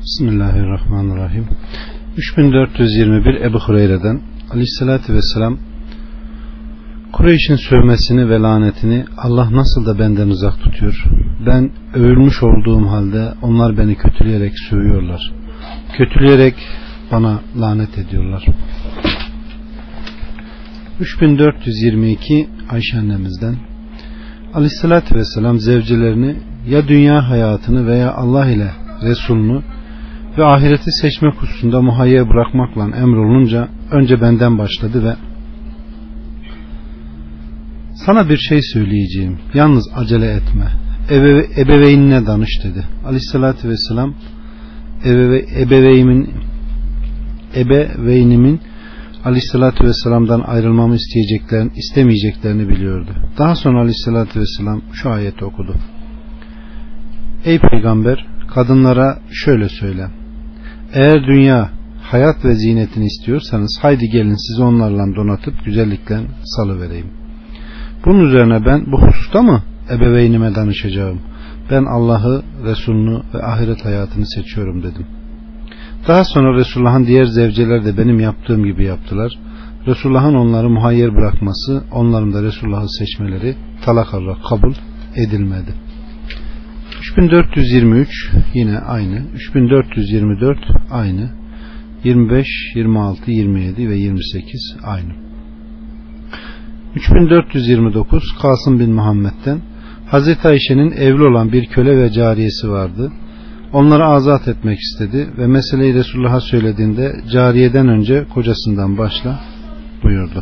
Bismillahirrahmanirrahim. 3421 Ebu Hureyre'den Aleyhisselatü Vesselam, Kureyş'in sövmesini ve lanetini Allah nasıl da benden uzak tutuyor. Ben övülmüş olduğum halde onlar beni kötüleyerek sövüyorlar. Kötüleyerek bana lanet ediyorlar. 3422 Ayşe annemizden, Aleyhisselatü Vesselam zevcelerini ya dünya hayatını veya Allah ile Resulünü ve ahireti seçmek hususunda muhayyer bırakmakla emrolununca önce benden başladı ve sana bir şey söyleyeceğim, yalnız acele etme, ebeveynine danış dedi. Aleyhissalatü vesselam ebeveynimin Aleyhissalatü vesselam'dan ayrılmamı istemeyeceklerini biliyordu. Daha sonra Aleyhissalatü vesselam şu ayeti okudu. Ey peygamber, kadınlara şöyle söyle: eğer dünya hayat ve zinetini istiyorsanız haydi gelin sizi onlarla donatıp güzellikle salıvereyim. Bunun üzerine ben bu hususta mı ebeveynime danışacağım? Ben Allah'ı, Resulünü ve ahiret hayatını seçiyorum dedim. Daha sonra Resulullah'ın diğer zevceler de benim yaptığım gibi yaptılar. Resulullah'ın onları muhayyer bırakması, onların da Resulullah'ı seçmeleri talak olarak kabul edilmedi. 3423 yine aynı, 3424 aynı, 25, 26, 27 ve 28 aynı. 3429 Kasım bin Muhammed'den, Hazreti Ayşe'nin evli olan bir köle ve cariyesi vardı. Onları azat etmek istedi ve meseleyi Resulullah'a söylediğinde cariyeden önce kocasından başla buyurdu.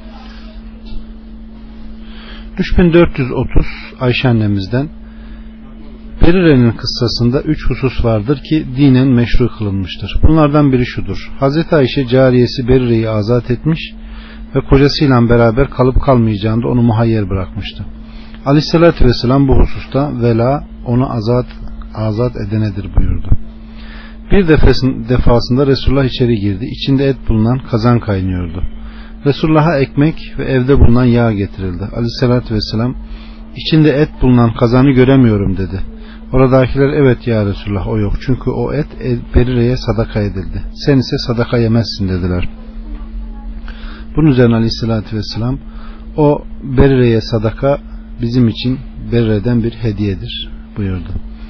3430 Ayşe annemizden, Berire'nin kıssasında 3 husus vardır ki dinen meşru kılınmıştır. Bunlardan biri şudur: Hazreti Ayşe cariyesi Berire'yi azat etmiş ve kocasıyla beraber kalıp kalmayacağında onu muhayyer bırakmıştı. Aleyhissalatü vesselam bu hususta vela onu azat edenedir buyurdu. Bir defasında Resulullah içeri girdi. İçinde et bulunan kazan kaynıyordu. Resulullah'a ekmek ve evde bulunan yağ getirildi. Aleyhissalatü vesselam, içinde et bulunan kazanı göremiyorum dedi. Oradakiler evet ya Resulullah, o yok. Çünkü o et Berire'ye sadaka edildi. Sen ise sadaka yemezsin dediler. Bunun üzerine Aleyhissalatü vesselam, o Berire'ye sadaka bizim için Berire'den bir hediyedir buyurdu.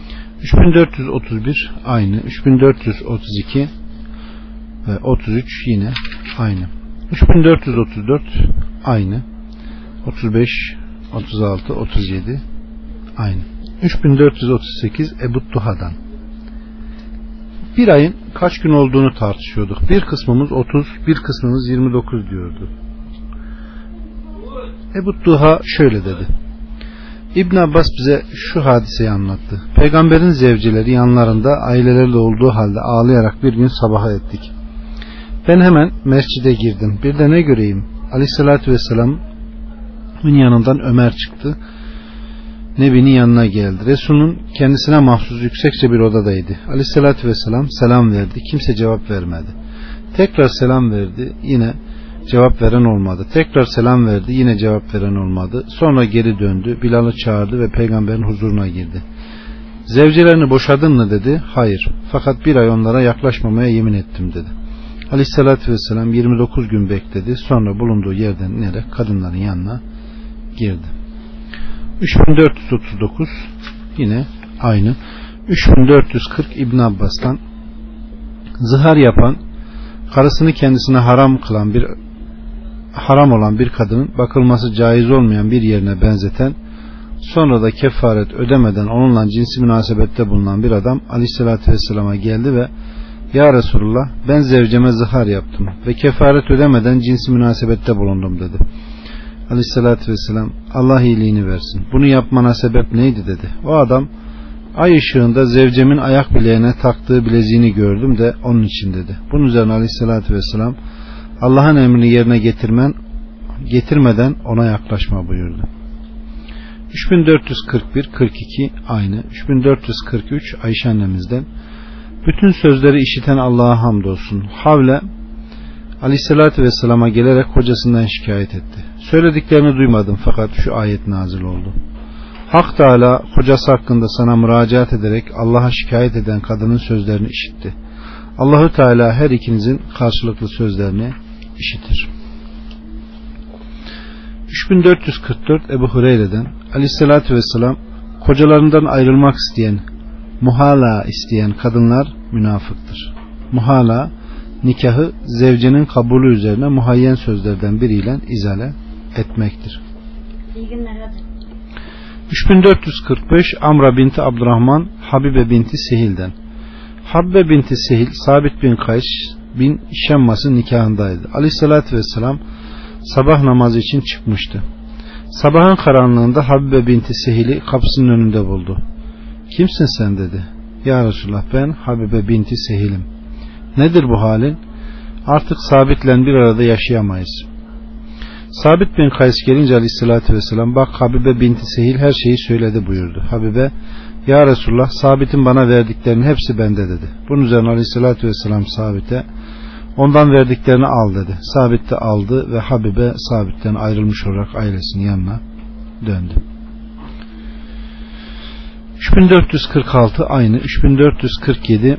3431 aynı, 3432 ve 33 yine aynı, 3434 aynı, 35, 36, 37 aynı. 3438 Ebu Duha'dan, bir ayın kaç gün olduğunu tartışıyorduk. Bir kısmımız 30, bir kısmımız 29 diyordu. Ebu Duha şöyle dedi: İbn Abbas bize şu hadiseyi anlattı. Peygamberin zevcileri yanlarında ailelerle olduğu halde ağlayarak bir gün sabaha ettik. Ben hemen mescide girdim. Bir de ne göreyim? Aleyhissalatü vesselam'ın yanından Ömer çıktı. Nebi'nin yanına geldi. Resul'ün kendisine mahsus yüksekçe bir odadaydı. Aleyhissalatü vesselam selam verdi. Kimse cevap vermedi. Tekrar selam verdi. Yine cevap veren olmadı. Tekrar selam verdi. Yine cevap veren olmadı. Sonra geri döndü. Bilal'ı çağırdı ve peygamberin huzuruna girdi. Zevcelerini boşadın mı dedi. Hayır. Fakat bir ay onlara yaklaşmamaya yemin ettim dedi. Aleyhissalatü vesselam 29 gün bekledi. Sonra bulunduğu yerden inerek kadınların yanına girdi. 3439 yine aynı. 3440 İbn Abbas'tan, zihar yapan, karısını kendisine haram olan bir kadının bakılması caiz olmayan bir yerine benzeten, sonra da kefaret ödemeden onunla cinsi münasebette bulunan bir adam Aleyhisselatü Vesselam'a geldi ve ya Resulullah, ben zevceme zihar yaptım ve kefaret ödemeden cinsi münasebette bulundum dedi. Aleyhissalatü vesselam, Allah iyiliğini versin, bunu yapmana sebep neydi dedi. O adam, ay ışığında zevcemin ayak bileğine taktığı bileziğini gördüm de onun için dedi. Bunun üzerine Aleyhissalatü vesselam, Allah'ın emrini yerine getirmeden ona yaklaşma buyurdu. 3441 42 aynı, 3443 Ayşe annemizden, bütün sözleri işiten Allah'a hamdolsun. Havle Aleyhissalatü vesselama gelerek kocasından şikayet etti. Söylediklerini duymadım fakat şu ayet nazil oldu. Hak Teala kocası hakkında sana müracaat ederek Allah'a şikayet eden kadının sözlerini işitti. Allahu Teala her ikinizin karşılıklı sözlerini işitir. 3444 Ebu Hureyre'den Aleyhisselatü Vesselam, kocalarından ayrılmak isteyen, muhala isteyen kadınlar münafıktır. Muhala, nikahı zevcenin kabulü üzerine muhayyen sözlerden biriyle izale etmektir. İyi günler hadi. 3445 Amra binti Abdurrahman Habibe binti Sehil'den. Habibe binti Sehil, Sabit bin Kays bin Şemmas'ın nikahındaydı. Aleyhissalatü Vesselam sabah namazı için çıkmıştı. Sabahın karanlığında Habibe binti Sehil'i kapısının önünde buldu. Kimsin sen dedi. Ya Resulullah, ben Habibe binti Sehil'im. Nedir bu halin? Artık Sabit'le bir arada yaşayamayız. Sabit bin Kays gelince Aleyhisselatü Vesselam, bak Habibe binti Sehil her şeyi söyledi buyurdu. Habibe, ya Resulullah, Sabit'in bana verdiklerinin hepsi bende dedi. Bunun üzerine Aleyhisselatü Vesselam Sabit'e, ondan verdiklerini al dedi. Sabit de aldı ve Habibe Sabit'ten ayrılmış olarak ailesinin yanına döndü. 3446 aynı. 3447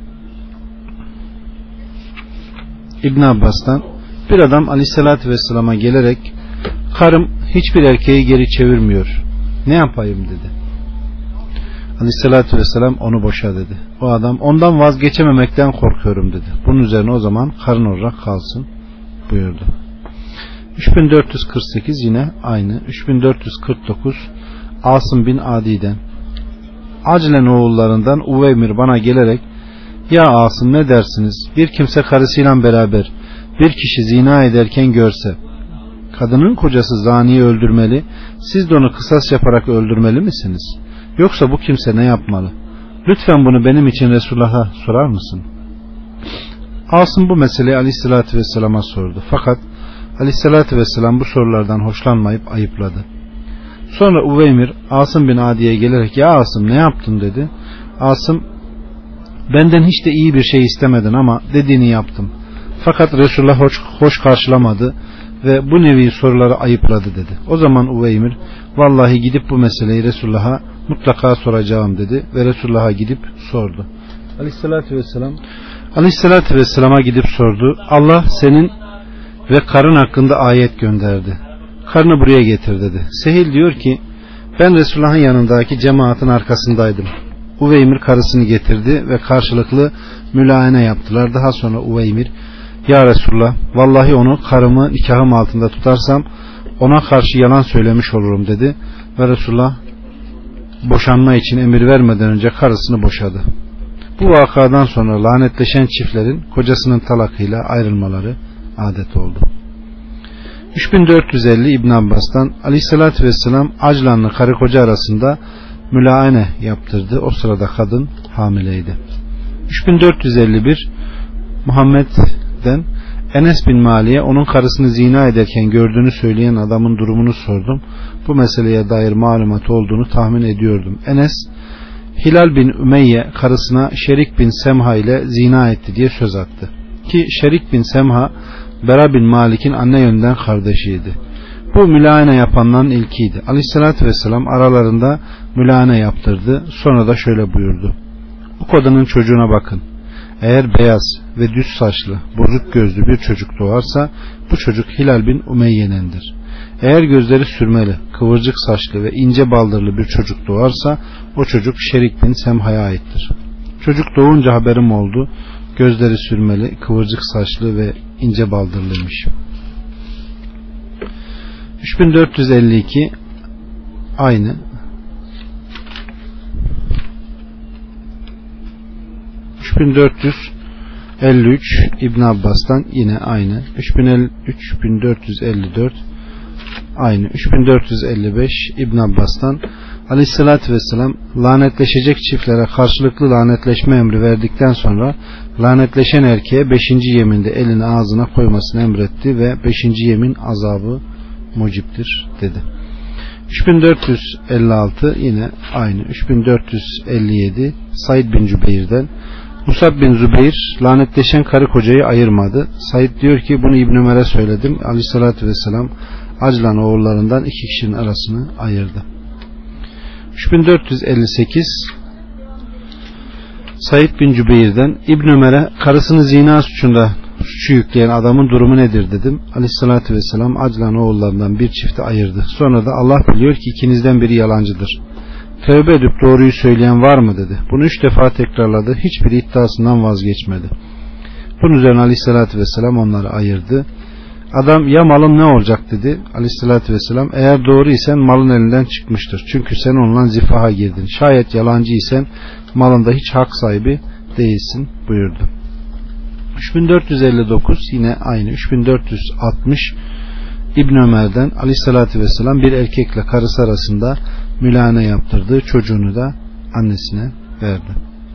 İbn Abbas'tan, bir adam Aleyhisselatü Vesselam'a gelerek, karım hiçbir erkeği geri çevirmiyor, ne yapayım dedi. Aleyhisselatü Vesselam, onu boşa dedi. O adam, ondan vazgeçememekten korkuyorum dedi. Bunun üzerine o zaman karın olarak kalsın buyurdu. 3448 yine aynı. 3449 Asım bin Adi'den, Aclen oğullarından Uveymir bana gelerek, ya Asım, ne dersiniz? Bir kimse karısıyla beraber bir kişi zina ederken görse, kadının kocası zaniyi öldürmeli, siz de onu kısas yaparak öldürmeli misiniz? Yoksa bu kimse ne yapmalı? Lütfen bunu benim için Resulullah'a sorar mısın? Asım bu meseleyi Aleyhisselatü Vesselam'a sordu. Fakat Aleyhisselatü Vesselam bu sorulardan hoşlanmayıp ayıpladı. Sonra Uveymir Asım bin Adi'ye gelerek, ya Asım, ne yaptın dedi. Asım, benden hiç de iyi bir şey istemedin ama dediğini yaptım. Fakat Resulullah hoş karşılamadı ve bu nevi soruları ayıpladı dedi. O zaman Uveymir, vallahi gidip bu meseleyi Resulullah'a mutlaka soracağım dedi ve Resulullah'a gidip sordu. Aleyhissalatü Vesselam'a gidip sordu. Allah senin ve karın hakkında ayet gönderdi. Karını buraya getir dedi. Sehil diyor ki, ben Resulullah'ın yanındaki cemaatin arkasındaydım. Uveymir karısını getirdi ve karşılıklı mülayene yaptılar. Daha sonra Uveymir, ya Resulullah, vallahi onu, karımı nikahım altında tutarsam ona karşı yalan söylemiş olurum dedi ve Resulullah boşanma için emir vermeden önce karısını boşadı. Bu vakadan sonra lanetleşen çiftlerin kocasının talakıyla ayrılmaları adet oldu. 3450 İbn Abbas'tan, Aleyhisselatü Vesselam Aclanlı karı koca arasında mülaene yaptırdı. O sırada kadın hamileydi. 3451 Muhammed'den, Enes bin Mali'ye onun karısını zina ederken gördüğünü söyleyen adamın durumunu sordum. Bu meseleye dair malumat olduğunu tahmin ediyordum. Enes, Hilal bin Ümeyye karısına Şerik bin Semha ile zina etti diye söz attı. Ki Şerik bin Semha Bera bin Malik'in anne yönden kardeşiydi. Bu mülaene yapanların ilkiydi. Aleyhissalatü Vesselam aralarında mülaene yaptırdı. Sonra da şöyle buyurdu. Bu kadının çocuğuna bakın. Eğer beyaz ve düz saçlı, bozuk gözlü bir çocuk doğarsa bu çocuk Hilal bin Umeyye'nindir. Eğer gözleri sürmeli, kıvırcık saçlı ve ince baldırlı bir çocuk doğarsa o çocuk Şerik bin Semha'ya aittir. Çocuk doğunca haberim oldu. Gözleri sürmeli, kıvırcık saçlı ve ince baldırlıymış. 3452 aynı. 3453 İbn Abbas'tan yine aynı. 3454 aynı. 3455 İbn Abbas'tan, Aleyhisselatü Vesselam lanetleşecek çiftlere karşılıklı lanetleşme emri verdikten sonra lanetleşen erkeğe 5. yeminde elini ağzına koymasını emretti ve 5. yemin azabı muciptir dedi. 3456 yine aynı. 3457 Said bin Cübeyr'den, Musab bin Zübeyir lanetleşen karı kocayı ayırmadı. Said diyor ki, bunu İbn Ömer'e söyledim. Aleyhissalatü Vesselam Aclan oğullarından 2 kişinin arasını ayırdı. 3458 Said bin Cübeyr'den İbn Ömer'e karısını zina suçu yükleyen adamın durumu nedir dedim. Aleyhissalatü vesselam acılan oğullarından bir çifti ayırdı. Sonra da Allah biliyor ki ikinizden biri yalancıdır. Tövbe edip doğruyu söyleyen var mı dedi. Bunu 3 defa tekrarladı. Hiçbiri iddiasından vazgeçmedi. Bunun üzerine Aleyhissalatü vesselam onları ayırdı. Adam ya malım ne olacak dedi. Aleyhissalatü vesselam eğer doğruysen malın elinden çıkmıştır. Çünkü sen onunla zifaha girdin. Şayet yalancıysen malında hiç hak sahibi değilsin buyurdu. 3459 yine aynı. 3460 İbn Ömer'den Aleyhissalatü vesselam bir erkekle karısı arasında mülane yaptırdığı çocuğunu da annesine verdi.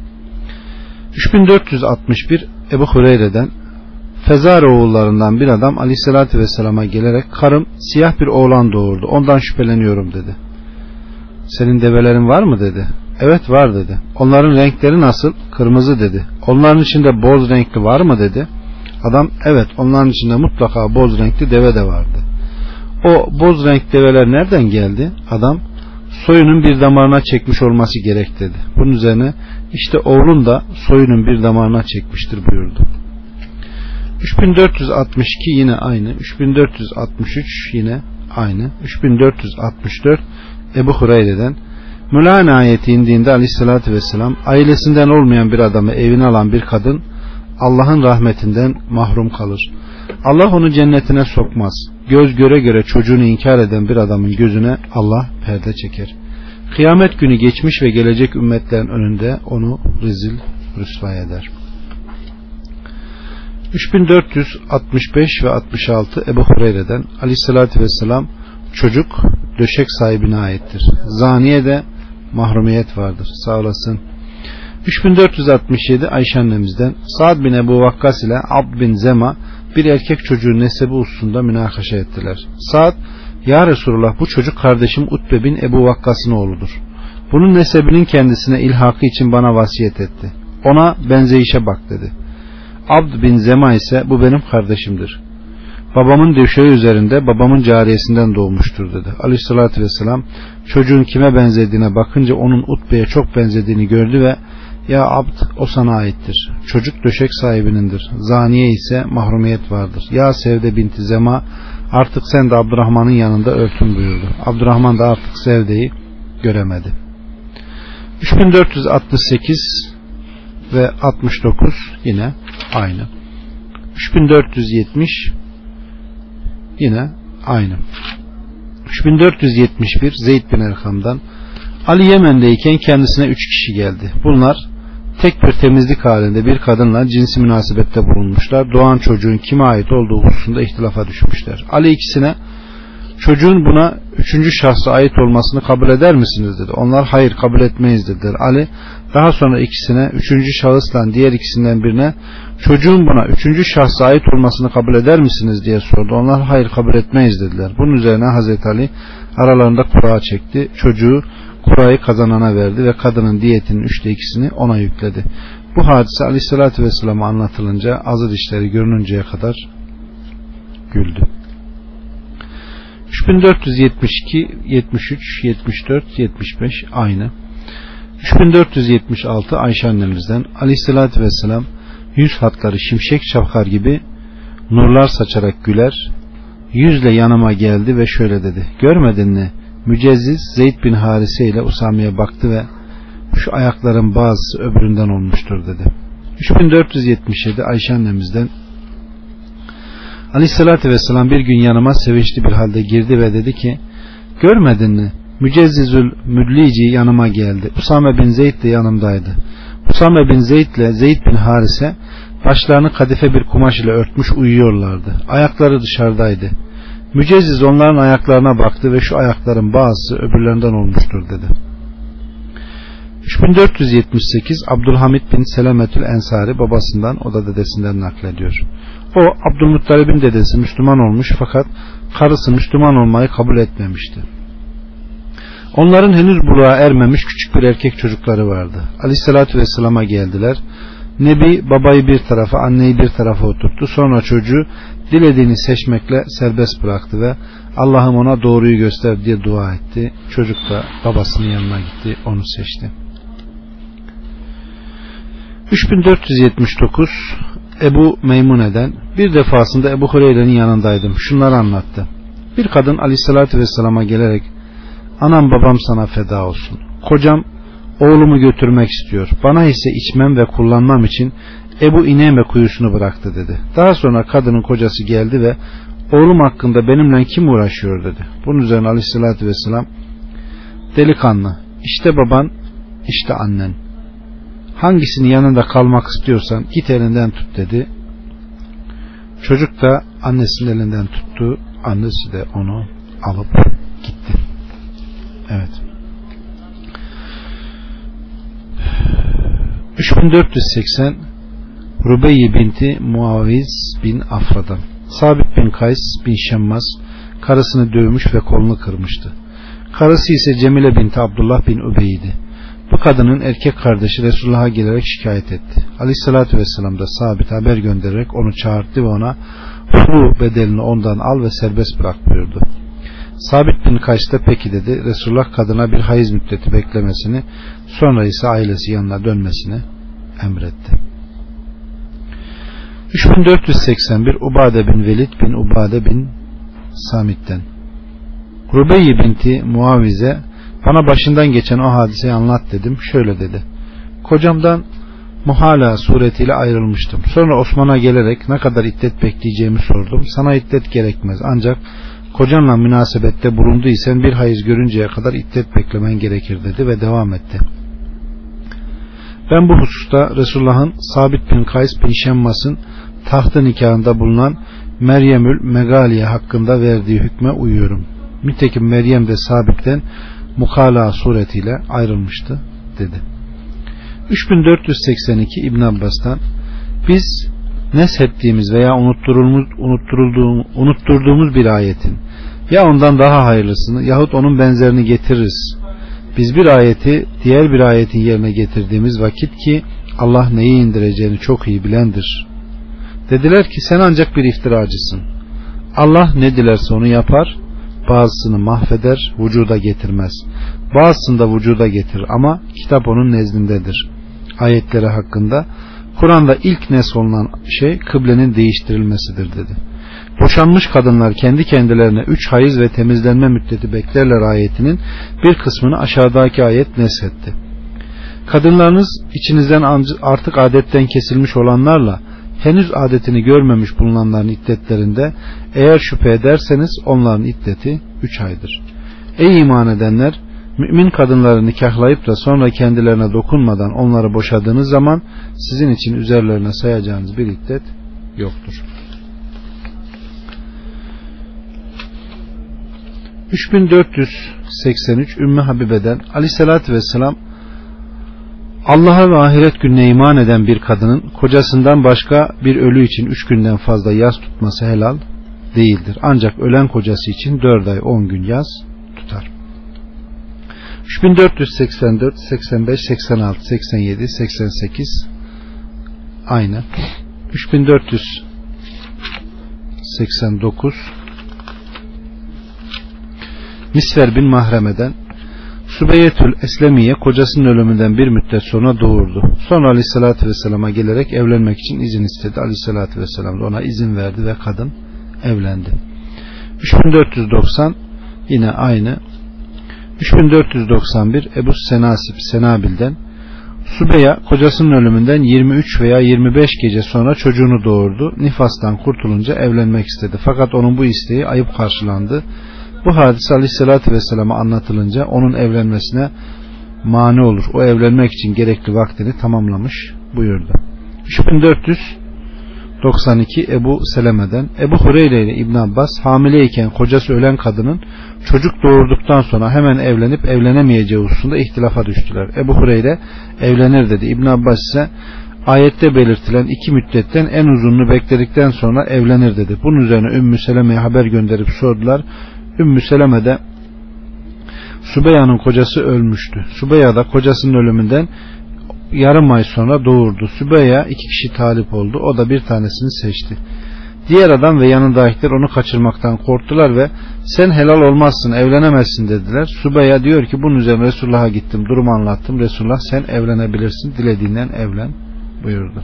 3461 Ebu Hureyre'den Fezare oğullarından bir adam Aleyhissalatü vesselama gelerek karım siyah bir oğlan doğurdu. Ondan şüpheleniyorum dedi. Senin develerin var mı dedi. Evet var dedi. Onların renkleri nasıl? Kırmızı dedi. Onların içinde boz renkli var mı dedi. Adam evet onların içinde mutlaka boz renkli deve de vardı. O boz renk develer nereden geldi? Adam soyunun bir damarına çekmiş olması gerek dedi. Bunun üzerine işte oğlun da soyunun bir damarına çekmiştir buyurdu. 3462 yine aynı. 3463 yine aynı. 3464 Ebu Hureyre'den Mülâne ayeti indiğinde Aleyhisselatü Vesselam ailesinden olmayan bir adamı evine alan bir kadın Allah'ın rahmetinden mahrum kalır. Allah onu cennetine sokmaz. Göz göre göre çocuğunu inkar eden bir adamın gözüne Allah perde çeker. Kıyamet günü geçmiş ve gelecek ümmetlerin önünde onu rezil rüsva eder. 3465 ve 66 Ebu Hureyre'den Aleyhisselatü Vesselam çocuk döşek sahibine aittir. Zaniye de mahrumiyet vardır. Sağ olasın. 3467 Ayşe annemizden Sa'd bin Ebu Vakkas ile Abd bin Zema bir erkek çocuğun nesebi hususunda münakaşa ettiler. Sa'd ya Resulullah bu çocuk kardeşim Utbe bin Ebu Vakkas'ın oğludur. Bunun nesebinin kendisine ilhakı için bana vasiyet etti. Ona benzeyişe bak dedi. Abd bin Zema ise bu benim kardeşimdir. Babamın döşeği üzerinde babamın cariyesinden doğmuştur dedi. Aleyhissalatü vesselam çocuğun kime benzediğine bakınca onun Utbe'ye çok benzediğini gördü ve ya Abd o sana aittir. Çocuk döşek sahibinindir. Zaniye ise mahrumiyet vardır. Ya Sevde binti Zema artık sen de Abdurrahman'ın yanında örtün buyurdu. Abdurrahman da artık Sevde'yi göremedi. 3468 ve 69 yine aynı. 3470 yine aynı. 3471 Zeyd bin Erkam'dan Ali Yemen'deyken kendisine 3 kişi geldi. Bunlar tek bir temizlik halinde bir kadınla cinsi münasebette bulunmuşlar. Doğan çocuğun kime ait olduğu hususunda ihtilafa düşmüşler. Ali ikisine çocuğun buna 3. şahsa ait olmasını kabul eder misiniz dedi. Onlar hayır kabul etmeyiz dediler. Ali daha sonra ikisine 3. şahısla diğer ikisinden birine çocuğun buna 3. şahsa ait olmasını kabul eder misiniz diye sordu. Onlar hayır kabul etmeyiz dediler. Bunun üzerine Hazreti Ali aralarında kura çekti. Çocuğu kurayı kazanana verdi ve kadının diyetinin 3'te 2'sini ona yükledi. Bu hadise Aleyhisselatü Vesselam'a anlatılınca azı dişleri görününceye kadar güldü. 3472, 73, 74, 75 aynı. 3476 Ayşe annemizden Aleyhisselatü Vesselam yüz hatları şimşek çapkar gibi nurlar saçarak güler, yüzle yanıma geldi ve şöyle dedi. Görmedin mi? Mücezziz Zeyd bin Harise ile Usame'ye baktı ve şu ayakların bazısı öbüründen olmuştur dedi. 3477 Ayşe annemizden Aleyhissalatü Vesselam bir gün yanıma sevinçli bir halde girdi ve dedi ki görmedin mi? Mücezzizül Müdlici yanıma geldi. Usame bin Zeyd de yanımdaydı. Usame bin Zeyd ile Zeyd bin Harise başlarını kadife bir kumaş ile örtmüş uyuyorlardı. Ayakları dışarıdaydı. Mücezziz onların ayaklarına baktı ve şu ayakların bazısı öbürlerinden olmuştur dedi. 3478 Abdülhamid bin Selametül Ensari babasından o da dedesinden naklediyor. O Abdülmuttalib'in dedesi Müslüman olmuş fakat karısı Müslüman olmayı kabul etmemişti. Onların henüz buluğa ermemiş küçük bir erkek çocukları vardı. Aleyhissalatü Vesselam'a geldiler. Nebi babayı bir tarafa, anneyi bir tarafa oturttu. Sonra çocuğu dilediğini seçmekle serbest bıraktı ve Allah'ım ona doğruyu göster diye dua etti. Çocuk da babasının yanına gitti, onu seçti. 3479 Ebu Meymune'den, bir defasında Ebu Hureyre'nin yanındaydım. Şunları anlattı. Bir kadın Aleyhisselatü Vesselam'a gelerek, anam babam sana feda olsun. Kocam oğlumu götürmek istiyor. Bana ise içmem ve kullanmam için Ebu İneme kuyusunu bıraktı dedi. Daha sonra kadının kocası geldi ve oğlum hakkında benimle kim uğraşıyor dedi. Bunun üzerine Aleyhisselatü Vesselam, delikanlı, işte baban, işte annen. Hangisinin yanında kalmak istiyorsan git elinden tut dedi. Çocuk da annesinin elinden tuttu. Annesi de onu alıp gitti. Evet. 3480 Rubeyye binti Muaviz bin Afra'dan, Sabit bin Kays bin Şemmas karısını dövmüş ve kolunu kırmıştı. Karısı ise Cemile binti Abdullah bin Ubey'di. Bu kadının erkek kardeşi Resulullah'a gelerek şikayet etti. Aleyhissalatü vesselam da Sabit haber göndererek onu çağırdı ve ona bu bedelini ondan al ve serbest bırak buyurdu. Sabit bin Kays da peki dedi. Resulullah kadına bir hayız müddeti beklemesini, sonra ise ailesi yanına dönmesini emretti. 3481 Ubade bin Velid bin Ubade bin Samit'ten, Rubeyye binti Muavize, bana başından geçen o hadiseyi anlat dedim. Şöyle dedi. Kocamdan Muhala suretiyle ayrılmıştım. Sonra Osman'a gelerek ne kadar iddet bekleyeceğimi sordum. Sana iddet gerekmez, ancak kocanla münasebette bulunduysan bir hayız görünceye kadar iddet beklemen gerekir dedi ve devam etti. Ben bu hususta Resulullah'ın Sabit bin Kays bin Şemmas'ın tahtı nikahında bulunan Meryemül Megaliye hakkında verdiği hükme uyuyorum. Nitekim Meryem de Sabit'ten Mukala suretiyle ayrılmıştı dedi. 3482 İbn Abbas'tan, biz neshettiğimiz veya unutturduğumuz bir ayetin ya ondan daha hayırlısını yahut onun benzerini getiririz. Biz bir ayeti diğer bir ayetin yerine getirdiğimiz vakit ki Allah neyi indireceğini çok iyi bilendir. Dediler ki sen ancak bir iftiracısın. Allah ne dilerse onu yapar, bazısını mahveder, vücuda getirmez. Bazısını da vücuda getirir ama kitap onun nezdindedir. Ayetleri hakkında Kur'an'da ilk nesolunan şey kıblenin değiştirilmesidir dedi. Boşanmış kadınlar kendi kendilerine 3 hayız ve temizlenme müddeti beklerler ayetinin bir kısmını aşağıdaki ayet neshetti. Kadınlarınız içinizden artık adetten kesilmiş olanlarla henüz adetini görmemiş bulunanların iddetlerinde eğer şüphe ederseniz onların iddeti 3 aydır. Ey iman edenler, mümin kadınları nikahlayıp da sonra kendilerine dokunmadan onları boşadığınız zaman sizin için üzerlerine sayacağınız bir iddet yoktur. 3483 Ümmü Habibe'den, Aleyhisselatü Vesselam, Allah'a ve ahiret gününe iman eden bir kadının kocasından başka bir ölü için 3 günden fazla yas tutması helal değildir. Ancak ölen kocası için 4 ay 10 gün yas tutar. 3484, 85, 86, 87, 88 aynı. 3489 Misver bin Mahreme'den, Sübeyetül Eslemiye kocasının ölümünden bir müddet sonra doğurdu. Sonra Aleyhisselatü Vesselam'a gelerek evlenmek için izin istedi. Aleyhisselatü Vesselam da ona izin verdi ve kadın evlendi. 3490 yine aynı. 3491 Ebu Senasip Senabil'den, Sübeya kocasının ölümünden 23 veya 25 gece sonra çocuğunu doğurdu. Nifastan kurtulunca evlenmek istedi. Fakat onun bu isteği ayıp karşılandı. Bu hadise Aleyhisselatü Vesselam'a anlatılınca onun evlenmesine mani olur. O evlenmek için gerekli vaktini tamamlamış buyurdu. 3492 Ebu Seleme'den, Ebu Hureyre ile İbn Abbas hamileyken kocası ölen kadının çocuk doğurduktan sonra hemen evlenip evlenemeyeceği hususunda ihtilafa düştüler. Ebu Hureyre evlenir dedi. İbn Abbas ise ayette belirtilen 2 müddetten en uzununu bekledikten sonra evlenir dedi. Bunun üzerine Ümmü Seleme'ye haber gönderip sordular. Ümmü Seleme de Sübeya'nın kocası ölmüştü. Sübeya da kocasının ölümünden yarım ay sonra doğurdu. Sübeyya 2 kişi talip oldu. O da bir tanesini seçti. Diğer adam ve yanındakiler onu kaçırmaktan korktular ve sen helal olmazsın, evlenemezsin dediler. Sübeyya diyor ki bunun üzerine Resulullah'a gittim, durumu anlattım. Resulullah sen evlenebilirsin, dilediğinden evlen buyurdu.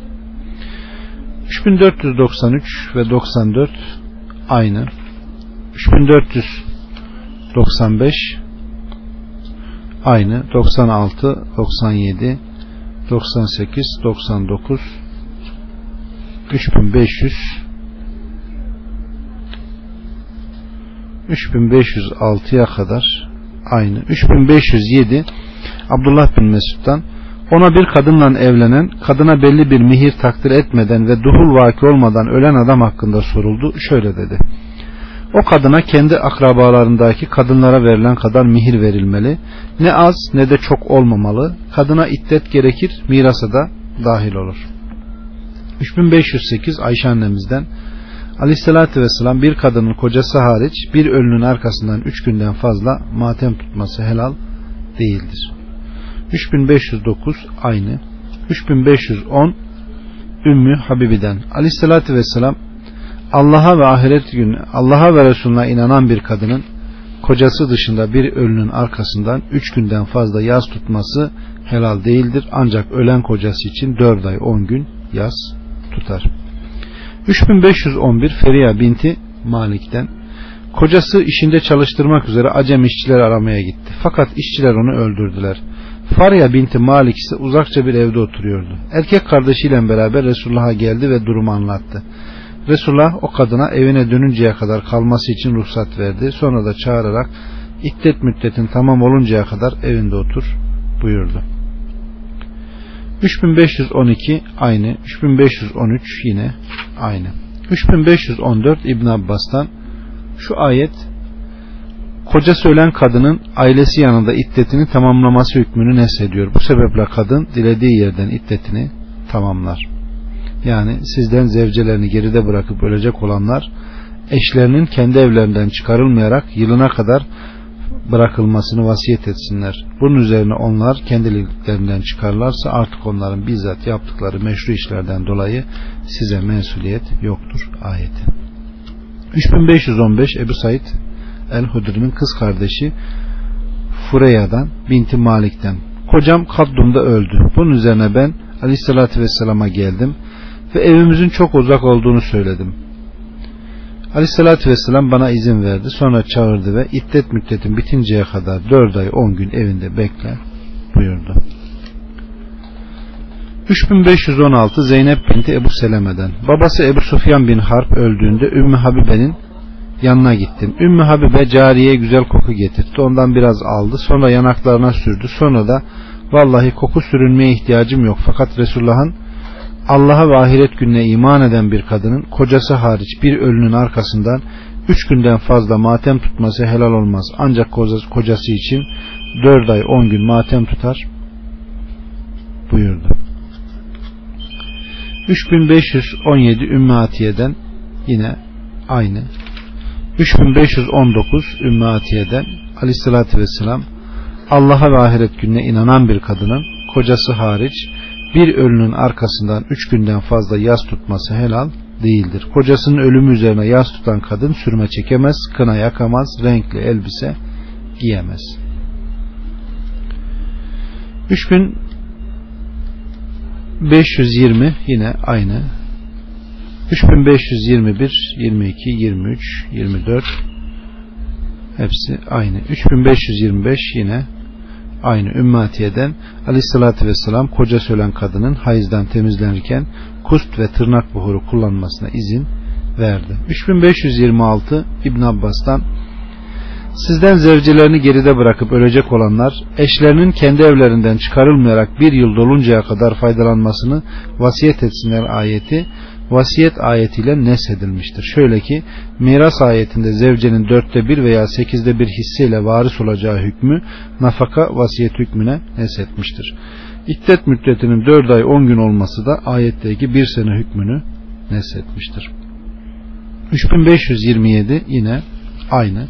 3493 ve 94 aynı. 3495 aynı. 96, 97, 98, 99, 3500, 3506'ya kadar aynı. 3507 Abdullah bin Mesud'dan ona bir kadınla evlenen, kadına belli bir mihir takdir etmeden ve duhul vaki olmadan ölen adam hakkında soruldu. Şöyle dedi: o kadına kendi akrabalarındaki kadınlara verilen kadar mihir verilmeli. Ne az ne de çok olmamalı. Kadına iddet gerekir, mirasa da dahil olur. 3508 Ayşe annemizden Aleyhisselatü Vesselam bir kadının kocası hariç bir ölünün arkasından 3 günden fazla matem tutması helal değildir. 3509 aynı. 3510 Ümmü Habibi'den Aleyhisselatü Vesselam Allah'a ve ahiret günü, Allah'a ve Resulüne inanan bir kadının kocası dışında bir ölünün arkasından 3 günden fazla yas tutması helal değildir. Ancak ölen kocası için 4 ay 10 gün yas tutar. 3511 Feriha binti Malik'ten kocası işinde çalıştırmak üzere acem işçiler aramaya gitti. Fakat işçiler onu öldürdüler. Fariha binti Malik ise uzakça bir evde oturuyordu. Erkek kardeşiyle beraber Resulullah'a geldi ve durumu anlattı. Resulullah o kadına evine dönünceye kadar kalması için ruhsat verdi. Sonra da çağırarak iddet müddetin tamam oluncaya kadar evinde otur buyurdu. 3512 aynı. 3513 yine aynı. 3514 İbn Abbas'tan şu ayet kocası ölen kadının ailesi yanında iddetini tamamlaması hükmünü neshediyor. Bu sebeple kadın dilediği yerden iddetini tamamlar. Yani sizden zevcelerini geride bırakıp ölecek olanlar eşlerinin kendi evlerinden çıkarılmayarak yılına kadar bırakılmasını vasiyet etsinler. Bunun üzerine onlar kendiliklerinden çıkarlarsa artık onların bizzat yaptıkları meşru işlerden dolayı size mensuliyet yoktur ayeti. 3515 Ebu Said el-Hudri'nin kız kardeşi Fureya'dan binti Malik'ten kocam Kaddum'da öldü. Bunun üzerine ben Aleyhisselatü Vesselam'a geldim ve evimizin çok uzak olduğunu söyledim. Aleyhissalatü Vesselam bana izin verdi. Sonra çağırdı ve iddet müddetin bitinceye kadar 4 ay 10 gün evinde bekle buyurdu. 3516 Zeynep binti Ebu Seleme'den babası Ebu Sufyan bin Harp öldüğünde Ümmü Habibe'nin yanına gittim. Ümmü Habibe cariyeye güzel koku getirdi. Ondan biraz aldı. Sonra yanaklarına sürdü. Sonra da vallahi koku sürünmeye ihtiyacım yok. Fakat Resulullah'ın Allah'a ve ahiret gününe iman eden bir kadının kocası hariç bir ölünün arkasından 3 günden fazla matem tutması helal olmaz. Ancak kocası için 4 ay 10 gün matem tutar buyurdu. 3517 Ümmü Atiye'den yine aynı. 3519 Ümmü Atiye'den Aleyhisselatü Vesselam Allah'a ve ahiret gününe inanan bir kadının kocası hariç bir ölünün arkasından 3 günden fazla yas tutması helal değildir. Kocasının ölümü üzerine yas tutan kadın sürme çekemez, kına yakamaz, renkli elbise giyemez. 3520 yine aynı. 3521, 22, 23, 24 hepsi aynı. 3525 yine aynı. Ümmü Atiye'den Aleyhisselatü Vesselam kocası ölen kadının hayızdan temizlenirken kust ve tırnak buhuru kullanmasına izin verdi. 3526 İbn Abbas'tan sizden zevcelerini geride bırakıp ölecek olanlar eşlerinin kendi evlerinden çıkarılmayarak bir yıl doluncaya kadar faydalanmasını vasiyet etsinler ayeti vasiyet ayetiyle neshedilmiştir. Şöyle ki miras ayetinde zevcenin 1/4 veya 8'de 1 hisseyle varis olacağı hükmü nafaka vasiyet hükmüne neshetmiştir. İddet müddetinin 4 ay 10 gün olması da ayetteki 1 sene hükmünü neshetmiştir. 3527 yine aynı.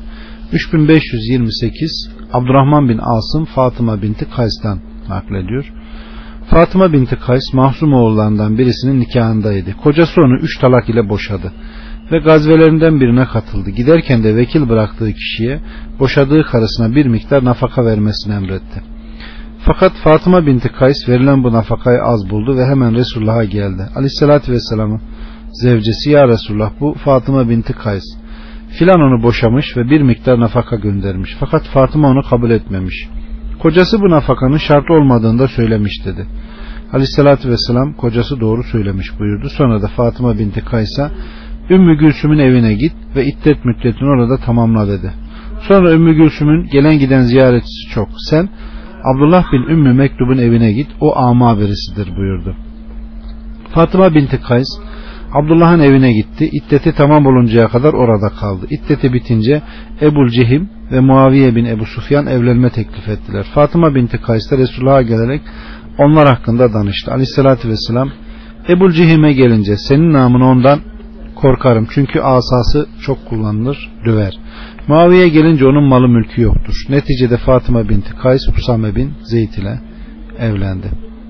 3528 Abdurrahman bin Asım Fatıma binti Kays'tan naklediyor. Fatıma binti Kays Mahzum oğullarından birisinin nikahındaydı. Kocası onu 3 talak ile boşadı ve gazvelerinden birine katıldı. Giderken de vekil bıraktığı kişiye boşadığı karısına bir miktar nafaka vermesini emretti. Fakat Fatıma binti Kays verilen bu nafakayı az buldu ve hemen Resulullah'a geldi. Aleyhissalatü vesselam'ın zevcesi, ya Resulullah, bu Fatıma binti Kays filan onu boşamış ve bir miktar nafaka göndermiş. Fakat Fatıma onu kabul etmemiş. Kocası bu nafakanın şart olmadığını da söylemiş dedi. Aleyhissalatü vesselam kocası doğru söylemiş buyurdu. Sonra da Fatıma binti Kays'a Ümmü Gülsüm'ün evine git ve iddet müddetini orada tamamla dedi. Sonra Ümmü Gülsüm'ün gelen giden ziyaretçisi çok. Sen Abdullah bin Ümmü Mektub'un evine git, o ama birisidir buyurdu. Fatıma binti Kays Abdullah'ın evine gitti. İddeti tamam oluncaya kadar orada kaldı. İddeti bitince Ebul Cehim ve Muaviye bin Ebu Sufyan evlenme teklif ettiler. Fatıma binti Kays da Resulullah'a gelerek onlar hakkında danıştı. Aleyhissalatü vesselam Ebul Cehim'e gelince senin namını ondan korkarım çünkü asası çok kullanılır, döver. Muaviye gelince onun malı mülkü yoktur. Neticede Fatıma binti Kays Usame bin Zeyd ile evlendi.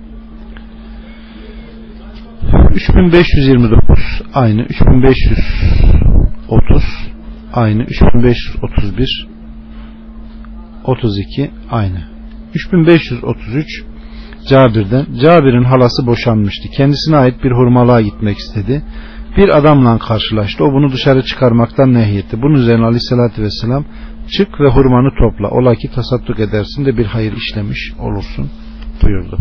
3529 aynı, 3530 aynı, 3531 32 aynı. 3533 Cabir'in halası boşanmıştı. Kendisine ait bir hurmalığa gitmek istedi. Bir adamla karşılaştı. O bunu dışarı çıkarmaktan nehyetti. Bunun üzerine Aleyhisselatü Vesselam çık ve hurmanı topla. Ola ki tasadduk edersin de bir hayır işlemiş olursun buyurdu.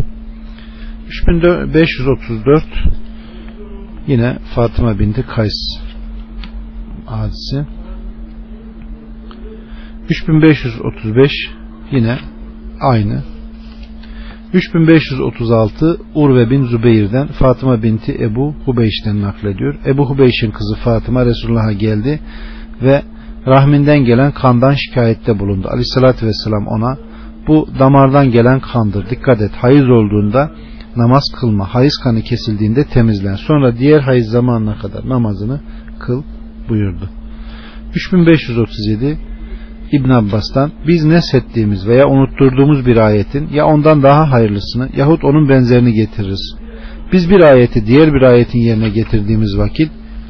3534 yine Fatıma binti Kays hadisi. 3535 yine aynı. 3536 Urve bin Zübeyir'den Fatıma binti Ebu Hubeyş'ten naklediyor. Ebu Hubeyş'in kızı Fatıma Resulullah'a geldi ve rahminden gelen kandan şikayette bulundu. Aleyhissalatü vesselam ona bu damardan gelen kandır, dikkat et, hayız olduğunda namaz kılma, hayız kanı kesildiğinde temizlen, sonra diğer hayız zamanına kadar namazını kıl buyurdu. 3537 İbn Abbas'tan biz neshettiğimiz veya unutturduğumuz bir ayetin ya ondan daha hayırlısını yahut onun benzerini getiririz. Biz bir ayeti diğer bir ayetin yerine getirdiğimiz vakit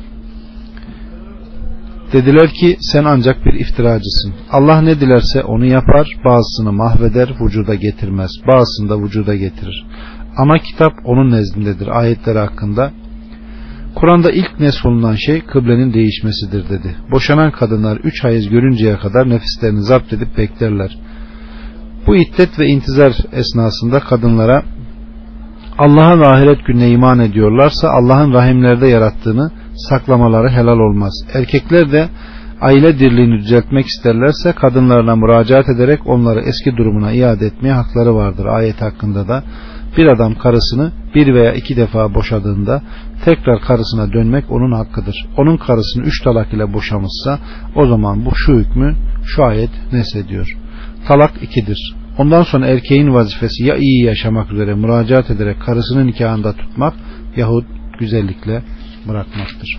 dediler ki sen ancak bir iftiracısın. Allah ne dilerse onu yapar, bazısını mahveder, vücuda getirmez, bazısını da vücuda getirir. Ama kitap onun nezdindedir ayetleri hakkında. Kur'an'da ilk nesolunan şey kıblenin değişmesidir dedi. Boşanan kadınlar 3 hayız görünceye kadar nefislerini zapt edip beklerler. Bu iddet ve intizar esnasında kadınlara Allah'a ve ahiret gününe iman ediyorlarsa Allah'ın rahimlerde yarattığını saklamaları helal olmaz. Erkekler de aile dirliğini düzeltmek isterlerse kadınlarına müracaat ederek onları eski durumuna iade etmeye hakları vardır. Ayet hakkında da bir adam karısını bir veya 2 defa boşadığında tekrar karısına dönmek onun hakkıdır. Onun karısını 3 talak ile boşamışsa o zaman bu şu hükmü şu ayet nesediyor. Talak 2'dir. Ondan sonra erkeğin vazifesi ya iyi yaşamak üzere müracaat ederek karısının nikahında tutmak yahut güzellikle bırakmaktır.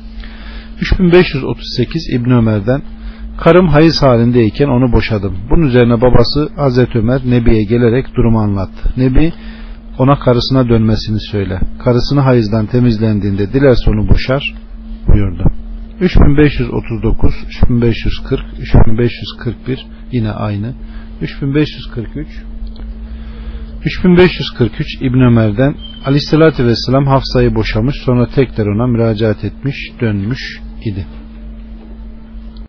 3538 İbn Ömer'den karım hayız halindeyken onu boşadım. Bunun üzerine babası Hazreti Ömer Nebi'ye gelerek durumu anlattı. Nebi ona karısına dönmesini söyle. Karısını hayızdan temizlendiğinde dilerse onu boşar buyurdu. 3539, 3540, 3541 yine aynı. 3543 İbn Ömer'den Aleyhisselatü Vesselam Hafsa'yı boşamış, sonra tekrar ona müracaat etmiş, dönmüş idi.